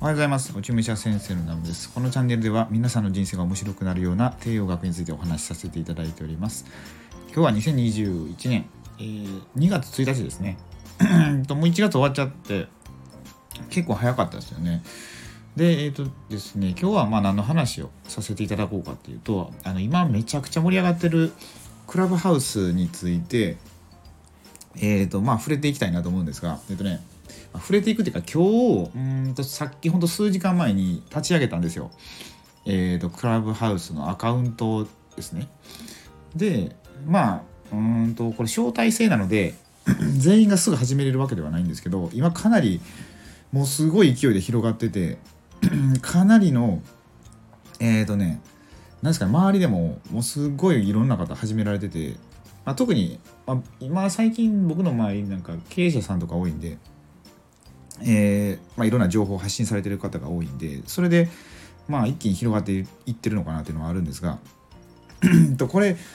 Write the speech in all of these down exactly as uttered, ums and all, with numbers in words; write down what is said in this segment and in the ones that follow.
おはようございます。落ち武者先生のナムです。このチャンネルでは皆さんの人生が面白くなるような低用学についてお話しさせていただいております。今日はにせんにじゅういちねん、えー、にがつついたちですね。もういちがつ終わっちゃって結構早かったですよね。で、えっ、ー、とですね、今日はまあ何の話をさせていただこうかっていうと、あの今めちゃくちゃ盛り上がってるクラブハウスについて、えっ、ー、とまあ触れていきたいなと思うんですが、えっ、ー、とね。触れていくというか今日うんとさっきほんと数時間前に立ち上げたんですよ。えーとクラブハウスのアカウントですね。でまあうんとこれ招待制なので全員がすぐ始めれるわけではないんですけど、今かなりもうすごい勢いで広がっててかなりのえーとねなんですかね、周りでももうすごいいろんな方始められてて、まあ、特に、まあ、今最近僕の周りなんか経営者さんとか多いんで、えーまあ、いろんな情報を発信されている方が多いんで、それで、まあ、一気に広がっていってるのかなというのはあるんですがとこれ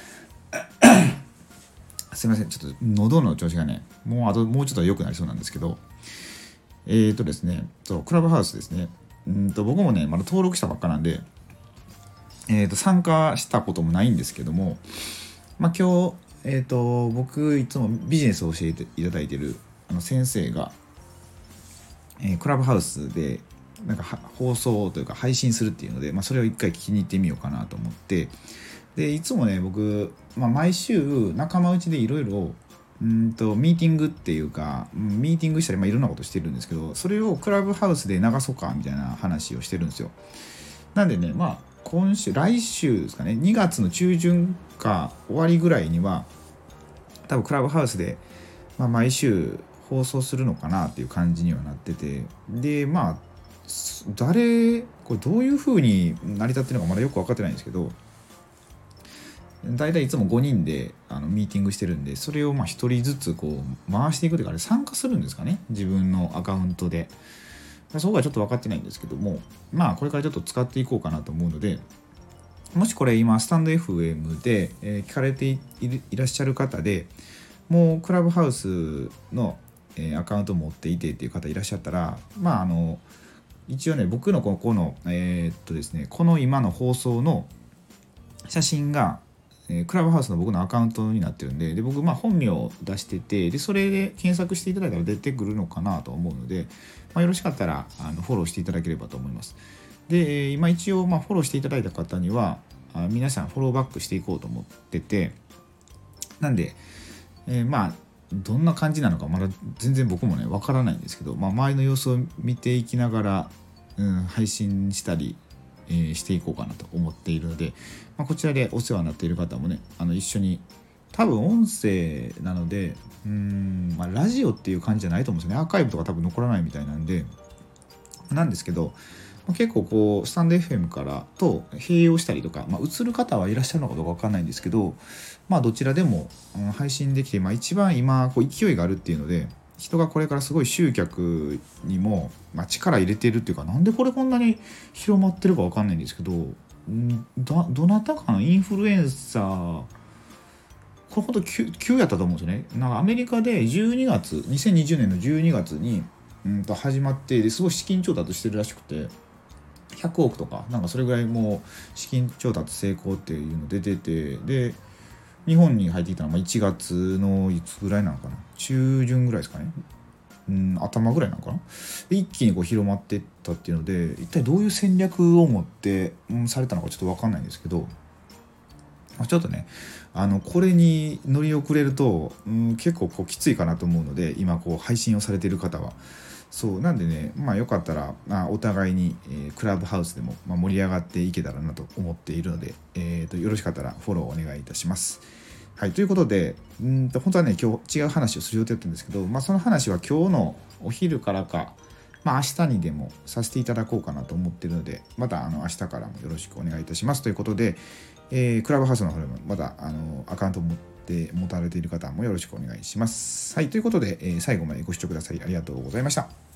すいません、ちょっと喉の調子がねもうあともうちょっと良くなりそうなんですけど、えーとですねそうクラブハウスですね。うんと僕もねまだ登録したばっかなんで、えーと参加したこともないんですけども、まあ、今日、えーと僕いつもビジネスを教えていただいているあの先生がえー、クラブハウスでなんか放送というか配信するっていうので、まあ、それを一回聞きに行ってみようかなと思って、でいつもね僕、まあ、毎週仲間内でいろいろうんとミーティングっていうかミーティングしたり、まあ、いろんなことしてるんですけど、それをクラブハウスで流そうかみたいな話をしてるんですよ。なんでねまあ今週来週ですかね、にがつの中旬か終わりぐらいには多分クラブハウスで、まあ、毎週放送するのかなっていう感じにはなってて、でまあ誰これどういう風に成り立ってるのかまだよく分かってないんですけど、だいたいいつもごにんであのミーティングしてるんで、それをまあひとりずつこう回していくというか、あれ参加するんですかね、自分のアカウントで。そこはちょっと分かってないんですけども、まあこれからちょっと使っていこうかなと思うので、もしこれ今スタンド エフエム で、えー、聞かれて い, いらっしゃる方でもうクラブハウスのえー、アカウントを持っていてっていう方いらっしゃったら、まああの一応ね僕のここのえー、っとですねこの今の放送の写真が、えー、クラブハウスの僕のアカウントになってるんで、で僕まあ本名を出してて、でそれで検索していただいたら出てくるのかなと思うので、まあ、よろしかったらあのフォローしていただければと思います。で今一応まあフォローしていただいた方にはあ皆さんフォローバックしていこうと思ってて、なんで、えー、まあどんな感じなのかまだ全然僕もねわからないんですけど、まあ、周りの様子を見ていきながら、うん、配信したり、えー、していこうかなと思っているので、まあ、こちらでお世話になっている方もねあの一緒に、多分音声なのでうーん、まあ、ラジオっていう感じじゃないと思うんですよね。アーカイブとか多分残らないみたいなんでなんですけど、結構こうスタンド エフエム からと併用したりとか、まあ、映る方はいらっしゃるのかどうか分かんないんですけど、まあどちらでも配信できて、まあ、一番今こう勢いがあるっていうので、人がこれからすごい集客にもまあ力入れてるっていうか、なんでこれこんなに広まってるか分かんないんですけど、んどどなたかのインフルエンサーこれほんと急、急やったと思うんですよね。なんかアメリカでじゅうにがつにせんにじゅうねんのじゅうにがつにうんと始まって、ですごい資金調達してるらしくて、ひゃくおくとかなんかそれぐらいもう資金調達成功っていうの出てて、で日本に入ってきたのはいちがつのいつぐらいなのかな、中旬ぐらいですかね、うん、頭ぐらいなのかな。で一気にこう広まっていったっていうので、一体どういう戦略を持って、うん、されたのかちょっと分かんないんですけど、ちょっとねあのこれに乗り遅れると、うん、結構こうきついかなと思うので、今こう配信をされている方はそうなんでね、まあよかったら、まあ、お互いに、えー、クラブハウスでも、まあ、盛り上がっていけたらなと思っているので、えー、とよろしかったらフォローお願いいたします。はい、ということでうんと本当はね今日違う話をする予定だったんですけど、まあ、その話は今日のお昼からか、まあ、明日にでもさせていただこうかなと思っているので、またあの明日からもよろしくお願いいたしますということで、えー、クラブハウスの方でもまたあのアカウントを持って持たれている方もよろしくお願いします。はい、ということで、えー、最後までご視聴くださりありがとうございました。